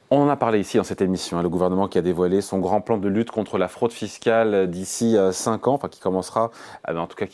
On en a parlé ici dans cette émission, le gouvernement qui a dévoilé son grand plan de lutte contre la fraude fiscale d'ici 5 ans, enfin qui commencera, en tout cas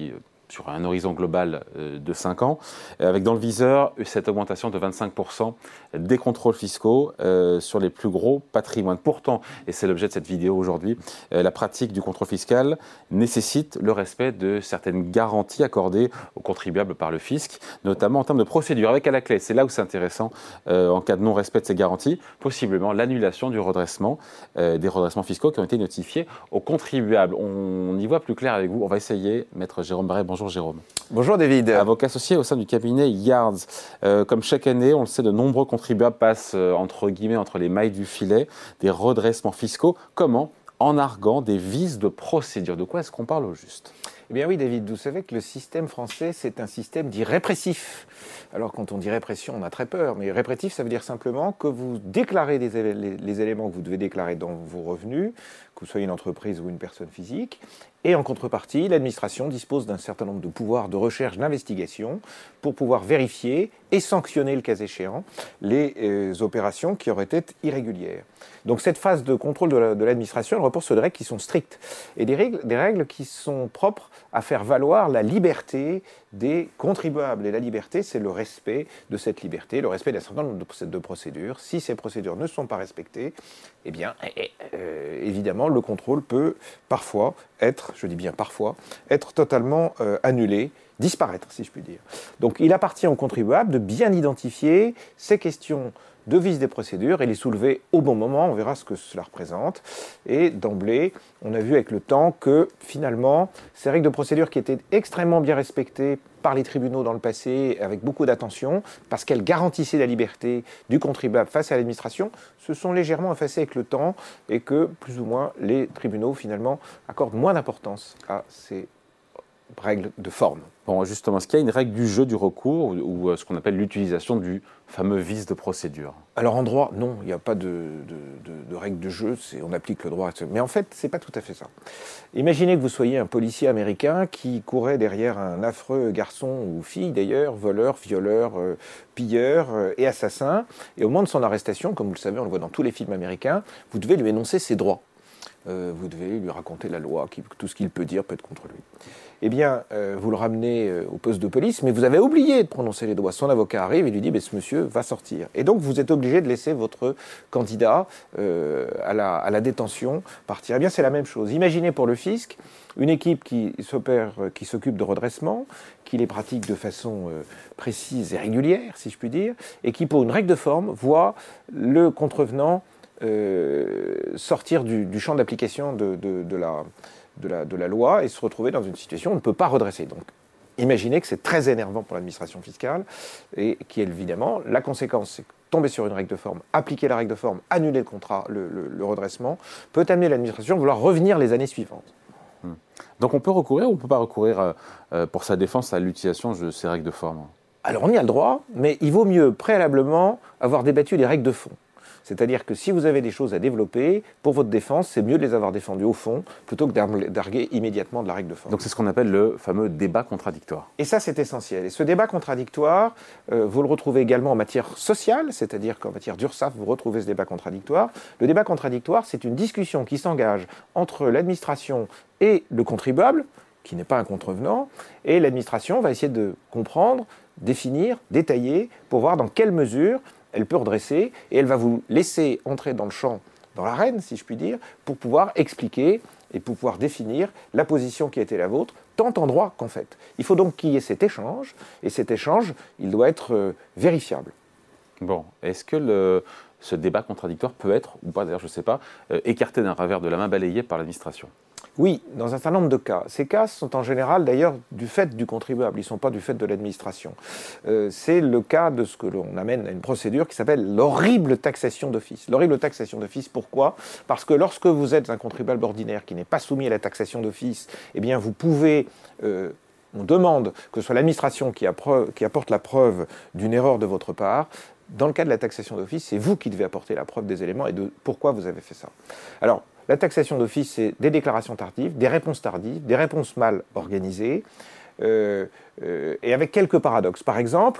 sur un horizon global de 5 ans, avec dans le viseur cette augmentation de 25% des contrôles fiscaux sur les plus gros patrimoines. Pourtant, et c'est l'objet de cette vidéo aujourd'hui, la pratique du contrôle fiscal nécessite le respect de certaines garanties accordées aux contribuables par le fisc, notamment en termes de procédure. Avec à la clé, c'est là où c'est intéressant, en cas de non-respect de ces garanties, possiblement l'annulation du redressement, des redressements fiscaux qui ont été notifiés aux contribuables. On y voit plus clair avec vous. On va essayer. Maître Jérôme Barret, bonjour Jérôme. Bonjour David. Avocat associé au sein du cabinet Yards. Comme chaque année, on le sait, de nombreux contribuables passent entre les mailles du filet des redressements fiscaux. Comment ? En arguant des vices de procédure. De quoi est-ce qu'on parle au juste ? Eh bien oui David, vous savez que le système français, c'est un système dit répressif. Alors quand on dit répression, on a très peur, mais répressif, ça veut dire simplement que vous déclarez les éléments que vous devez déclarer dans vos revenus, que vous soyez une entreprise ou une personne physique, et en contrepartie, l'administration dispose d'un certain nombre de pouvoirs de recherche, d'investigation, pour pouvoir vérifier et sanctionner, le cas échéant, les opérations qui auraient été irrégulières. Donc cette phase de contrôle de l'administration, elle repose sur des règles qui sont strictes, et des règles qui sont propres à faire valoir la liberté des contribuables. Et la liberté, c'est le respect de cette liberté, le respect d'un certain nombre de procédures. Si ces procédures ne sont pas respectées, eh bien, évidemment, le contrôle peut parfois être, je dis bien parfois, être totalement annulé, disparaître, si je puis dire. Donc il appartient aux contribuables de bien identifier ces questions de vice des procédures et les soulever au bon moment, on verra ce que cela représente. Et d'emblée, on a vu avec le temps que finalement, ces règles de procédure qui étaient extrêmement bien respectées par les tribunaux dans le passé, avec beaucoup d'attention, parce qu'elles garantissaient la liberté du contribuable face à l'administration, se sont légèrement effacées avec le temps et que, plus ou moins, les tribunaux finalement accordent moins d'importance à ces règles de forme. Bon, justement, est-ce qu'il y a une règle du jeu du recours ou ce qu'on appelle l'utilisation du fameux vice de procédure ? Alors en droit, non, il n'y a pas de règle de jeu, on applique le droit. Mais en fait, ce n'est pas tout à fait ça. Imaginez que vous soyez un policier américain qui courait derrière un affreux garçon ou fille d'ailleurs, voleur, violeur, pilleur et assassin. Et au moment de son arrestation, comme vous le savez, on le voit dans tous les films américains, vous devez lui énoncer ses droits. Vous devez lui raconter la loi, tout ce qu'il peut dire peut être contre lui. Eh bien, vous le ramenez au poste de police, mais vous avez oublié de prononcer les droits. Son avocat arrive et lui dit « ce monsieur va sortir ». Et donc, vous êtes obligé de laisser votre candidat à la détention partir. Eh bien, c'est la même chose. Imaginez pour le fisc une équipe qui s'occupe de redressement, qui les pratique de façon précise et régulière, si je puis dire, et qui, pour une règle de forme, voit le contrevenant sortir du champ d'application de la loi et se retrouver dans une situation où on ne peut pas redresser. Donc, imaginez que c'est très énervant pour l'administration fiscale et qui, évidemment, la conséquence, c'est tomber sur une règle de forme, appliquer la règle de forme, annuler le contrat, le redressement, peut amener l'administration à vouloir revenir les années suivantes. Donc on peut recourir ou on ne peut pas recourir pour sa défense à l'utilisation de ces règles de forme ? Alors on y a le droit, mais il vaut mieux préalablement avoir débattu des règles de fond. C'est-à-dire que si vous avez des choses à développer, pour votre défense, c'est mieux de les avoir défendues au fond, plutôt que d'arguer immédiatement de la règle de forme. Donc c'est ce qu'on appelle le fameux débat contradictoire. Et ça, c'est essentiel. Et ce débat contradictoire, vous le retrouvez également en matière sociale, c'est-à-dire qu'en matière d'URSSAF, vous retrouvez ce débat contradictoire. Le débat contradictoire, c'est une discussion qui s'engage entre l'administration et le contribuable, qui n'est pas un contrevenant, et l'administration va essayer de comprendre, définir, détailler, pour voir dans quelle mesure elle peut redresser, et elle va vous laisser entrer dans le champ, dans l'arène, si je puis dire, pour pouvoir expliquer et pour pouvoir définir la position qui a été la vôtre, tant en droit qu'en fait. Il faut donc qu'il y ait cet échange, et cet échange, il doit être vérifiable. Bon, est-ce que ce débat contradictoire peut être, ou pas d'ailleurs, je ne sais pas, écarté d'un revers de la main, balayé par l'administration ? Oui, dans un certain nombre de cas. Ces cas sont en général d'ailleurs du fait du contribuable, ils ne sont pas du fait de l'administration. C'est le cas de ce que l'on amène à une procédure qui s'appelle l'horrible taxation d'office. L'horrible taxation d'office, pourquoi ? Parce que lorsque vous êtes un contribuable ordinaire qui n'est pas soumis à la taxation d'office, eh bien vous pouvez... on demande que ce soit l'administration qui apporte la preuve d'une erreur de votre part. Dans le cas de la taxation d'office, c'est vous qui devez apporter la preuve des éléments et de pourquoi vous avez fait ça. Alors, la taxation d'office, c'est des déclarations tardives, des réponses mal organisées, et avec quelques paradoxes. Par exemple,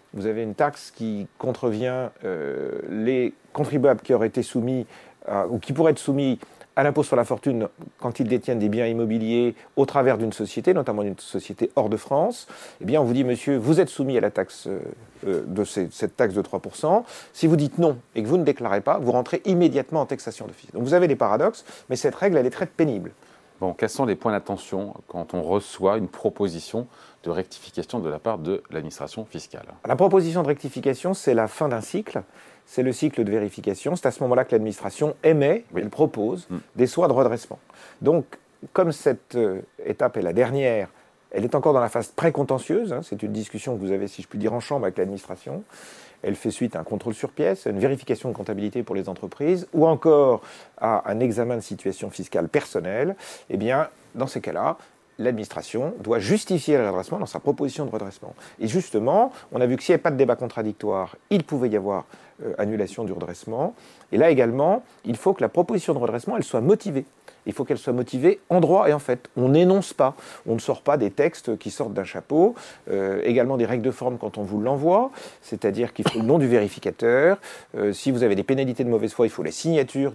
vous avez une taxe qui contrevient les contribuables qui auraient été soumis ou qui pourraient être soumis à l'impôt sur la fortune quand ils détiennent des biens immobiliers au travers d'une société, notamment d'une société hors de France, eh bien on vous dit, monsieur, vous êtes soumis à la taxe cette taxe de 3%. Si vous dites non et que vous ne déclarez pas, vous rentrez immédiatement en taxation d'office. Donc vous avez des paradoxes, mais cette règle, elle est très pénible. Bon, quels sont les points d'attention quand on reçoit une proposition de rectification de la part de l'administration fiscale? La proposition de rectification, c'est la fin d'un cycle. C'est le cycle de vérification. C'est à ce moment-là que l'administration émet, elle propose des soins de redressement. Donc, comme cette étape est la dernière, elle est encore dans la phase pré-contentieuse. C'est une discussion que vous avez, si je puis dire, en chambre avec l'administration. Elle fait suite à un contrôle sur pièce, à une vérification de comptabilité pour les entreprises, ou encore à un examen de situation fiscale personnelle. Eh bien, dans ces cas-là, l'administration doit justifier le redressement dans sa proposition de redressement. Et justement, on a vu que s'il n'y avait pas de débat contradictoire, il pouvait y avoir annulation du redressement. Et là également, il faut que la proposition de redressement, elle soit motivée. Il faut qu'elle soit motivée en droit et en fait. On n'énonce pas, on ne sort pas des textes qui sortent d'un chapeau. Également des règles de forme quand on vous l'envoie, c'est-à-dire qu'il faut le nom du vérificateur. Si vous avez des pénalités de mauvaise foi, il faut la signature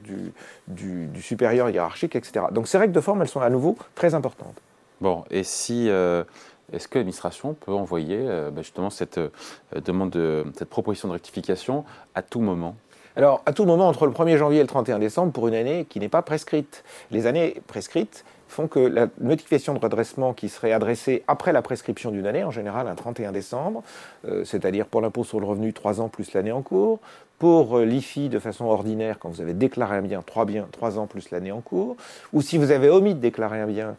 du supérieur hiérarchique, etc. Donc ces règles de forme, elles sont à nouveau très importantes. Bon, et si, est-ce que l'administration peut envoyer justement cette demande cette proposition de rectification à tout moment? Alors, à tout moment, entre le 1er janvier et le 31 décembre, pour une année qui n'est pas prescrite. Les années prescrites font que la notification de redressement qui serait adressée après la prescription d'une année, en général un 31 décembre, c'est-à-dire pour l'impôt sur le revenu, 3 ans plus l'année en cours, pour l'IFI de façon ordinaire, quand vous avez déclaré un bien, 3 ans plus l'année en cours, ou si vous avez omis de déclarer un bien,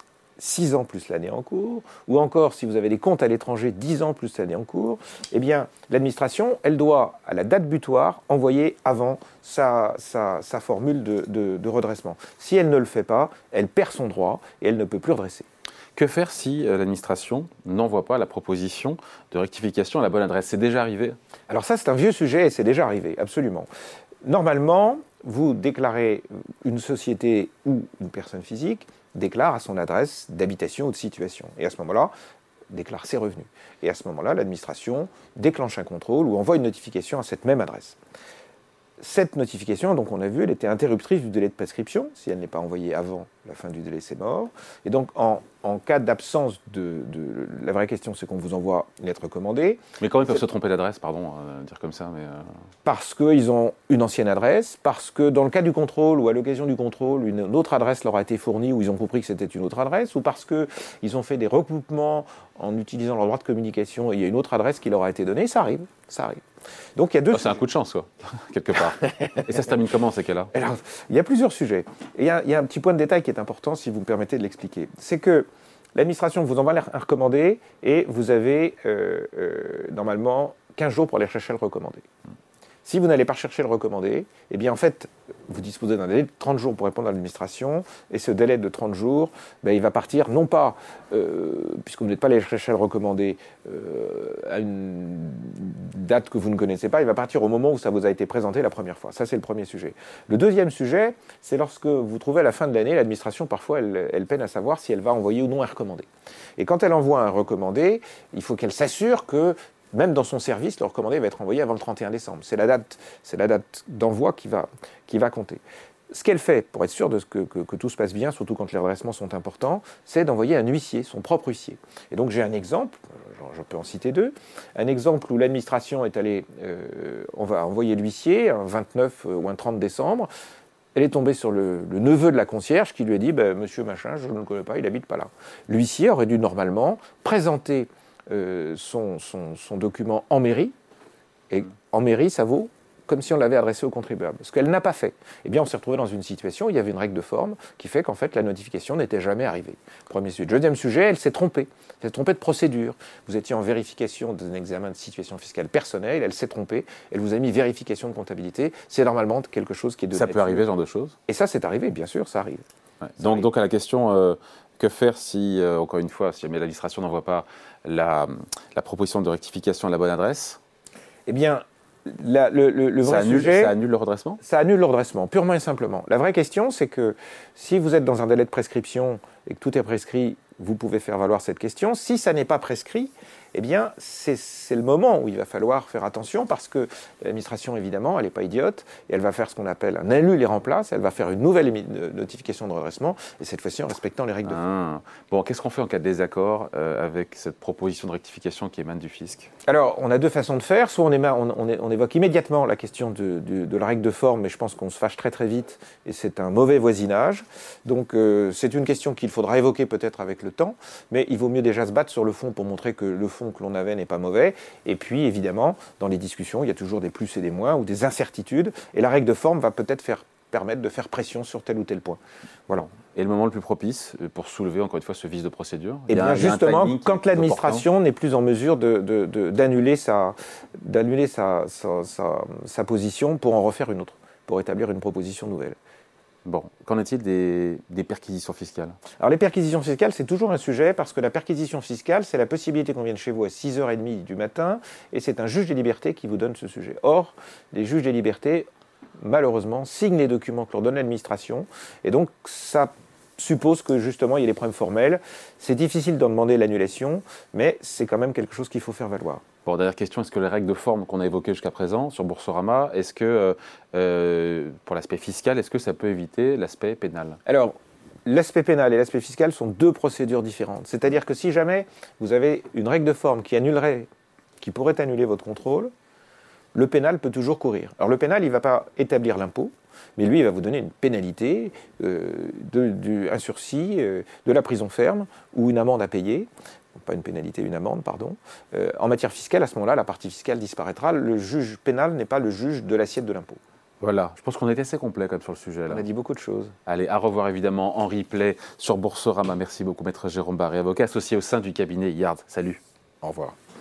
6 ans plus l'année en cours, ou encore si vous avez des comptes à l'étranger, 10 ans plus l'année en cours, eh bien l'administration, elle doit, à la date butoir, envoyer avant sa formule de redressement. Si elle ne le fait pas, elle perd son droit et elle ne peut plus redresser. Que faire si l'administration n'envoie pas la proposition de rectification à la bonne adresse? C'est déjà arrivé? Alors ça, c'est un vieux sujet et c'est déjà arrivé, absolument. Normalement, vous déclarez une société ou une personne physique, déclare à son adresse d'habitation ou de situation. Et à ce moment-là, déclare ses revenus. Et à ce moment-là, l'administration déclenche un contrôle ou envoie une notification à cette même adresse. Cette notification, donc on a vu, elle était interruptrice du délai de prescription. Si elle n'est pas envoyée avant la fin du délai, c'est mort. Et donc en cas d'absence la vraie question, c'est qu'on vous envoie une lettre recommandée. Mais comment ils peuvent se tromper d'adresse, pardon, dire comme ça, mais... Parce qu'ils ont une ancienne adresse, parce que dans le cas du contrôle ou à l'occasion du contrôle, une autre adresse leur a été fournie ou ils ont compris que c'était une autre adresse, ou parce qu'ils ont fait des recoupements en utilisant leur droit de communication et il y a une autre adresse qui leur a été donnée, ça arrive, ça arrive. Donc il y a deux. C'est un coup de chance, quoi, quelque part. Et ça se termine comment, ces cas-là? Alors, il y a plusieurs sujets. Et il y a un petit point de détail qui est important, si vous me permettez de l'expliquer. C'est que l'administration vous envoie un recommandé et vous avez normalement 15 jours pour aller chercher le recommandé. Si vous n'allez pas chercher le recommandé, eh bien en fait, vous disposez d'un délai de 30 jours pour répondre à l'administration, et ce délai de 30 jours, il va partir non pas, puisque vous n'êtes pas allé chercher le recommandé à une date que vous ne connaissez pas, il va partir au moment où ça vous a été présenté la première fois. Ça, c'est le premier sujet. Le deuxième sujet, c'est lorsque vous trouvez à la fin de l'année, l'administration, parfois, elle peine à savoir si elle va envoyer ou non un recommandé. Et quand elle envoie un recommandé, il faut qu'elle s'assure que même dans son service, le recommandé va être envoyé avant le 31 décembre. C'est la date d'envoi qui va compter. Ce qu'elle fait, pour être sûre que tout se passe bien, surtout quand les redressements sont importants, c'est d'envoyer un huissier, son propre huissier. Et donc j'ai un exemple, je peux en citer deux, un exemple où l'administration est allée, on va envoyer l'huissier un 29 ou un 30 décembre, elle est tombée sur le neveu de la concierge qui lui a dit monsieur machin, je ne le connais pas, il n'habite pas là. L'huissier aurait dû normalement présenter son document en mairie, et en mairie, ça vaut comme si on l'avait adressé au contribuable. Ce qu'elle n'a pas fait. Eh bien, on s'est retrouvé dans une situation où il y avait une règle de forme qui fait qu'en fait, la notification n'était jamais arrivée. Premier sujet. Deuxième sujet, elle s'est trompée. Elle s'est trompée de procédure. Vous étiez en vérification d'un examen de situation fiscale personnelle, elle s'est trompée, elle vous a mis vérification de comptabilité. C'est normalement quelque chose qui est de Ça peut arriver, ce genre de choses? Et ça, c'est arrivé, bien sûr, ça arrive. Ouais. Donc à la question, que faire si, encore une fois, si jamais l'administration n'envoie pas la proposition de rectification à la bonne adresse? Eh bien, le vrai sujet... Ça annule le redressement? Ça annule le redressement, purement et simplement. La vraie question, c'est que si vous êtes dans un délai de prescription et que tout est prescrit, vous pouvez faire valoir cette question. Si ça n'est pas prescrit, eh bien, c'est le moment où il va falloir faire attention parce que l'administration, évidemment, elle n'est pas idiote et elle va faire ce qu'on appelle un annule et remplace. Elle va faire une nouvelle notification de redressement et cette fois-ci en respectant les règles de fond. Bon, qu'est-ce qu'on fait en cas de désaccord avec cette proposition de rectification qui émane du fisc? Alors, on a deux façons de faire. Soit on évoque immédiatement la question de la règle de forme, mais je pense qu'on se fâche très très vite et c'est un mauvais voisinage. Donc, c'est une question qu'il faudra évoquer peut-être avec le temps, mais il vaut mieux déjà se battre sur le fond pour montrer que le fond que l'on avait n'est pas mauvais. Et puis, évidemment, dans les discussions, il y a toujours des plus et des moins ou des incertitudes. Et la règle de forme va peut-être permettre de faire pression sur tel ou tel point. Voilà. Et le moment le plus propice pour soulever, encore une fois, ce vice de procédure? Et bien justement, quand l'administration n'est plus en mesure d'annuler sa position pour en refaire une autre, pour établir une proposition nouvelle. Bon, qu'en est-il des perquisitions fiscales? Alors les perquisitions fiscales, c'est toujours un sujet parce que la perquisition fiscale, c'est la possibilité qu'on vienne chez vous à 6h30 du matin et c'est un juge des libertés qui vous donne ce sujet. Or, les juges des libertés, malheureusement, signent les documents que leur donne l'administration et donc ça suppose que justement il y ait des problèmes formels. C'est difficile d'en demander l'annulation, mais c'est quand même quelque chose qu'il faut faire valoir. Bon, dernière question, est-ce que les règles de forme qu'on a évoquées jusqu'à présent sur Boursorama, est-ce que, pour l'aspect fiscal, est-ce que ça peut éviter l'aspect pénal? Alors, l'aspect pénal et l'aspect fiscal sont deux procédures différentes. C'est-à-dire que si jamais vous avez une règle de forme qui pourrait annuler votre contrôle, le pénal peut toujours courir. Alors le pénal, il ne va pas établir l'impôt, mais lui, il va vous donner une pénalité, un sursis, de la prison ferme ou une amende à payer. Pas une pénalité, une amende, pardon. En matière fiscale, à ce moment-là, la partie fiscale disparaîtra. Le juge pénal n'est pas le juge de l'assiette de l'impôt. Voilà, je pense qu'on est assez complet quand même sur le sujet. Là. On a dit beaucoup de choses. Allez, à revoir évidemment en replay sur Boursorama. Merci beaucoup, maître Jérôme Barré, avocat associé au sein du cabinet Yard. Salut. Au revoir.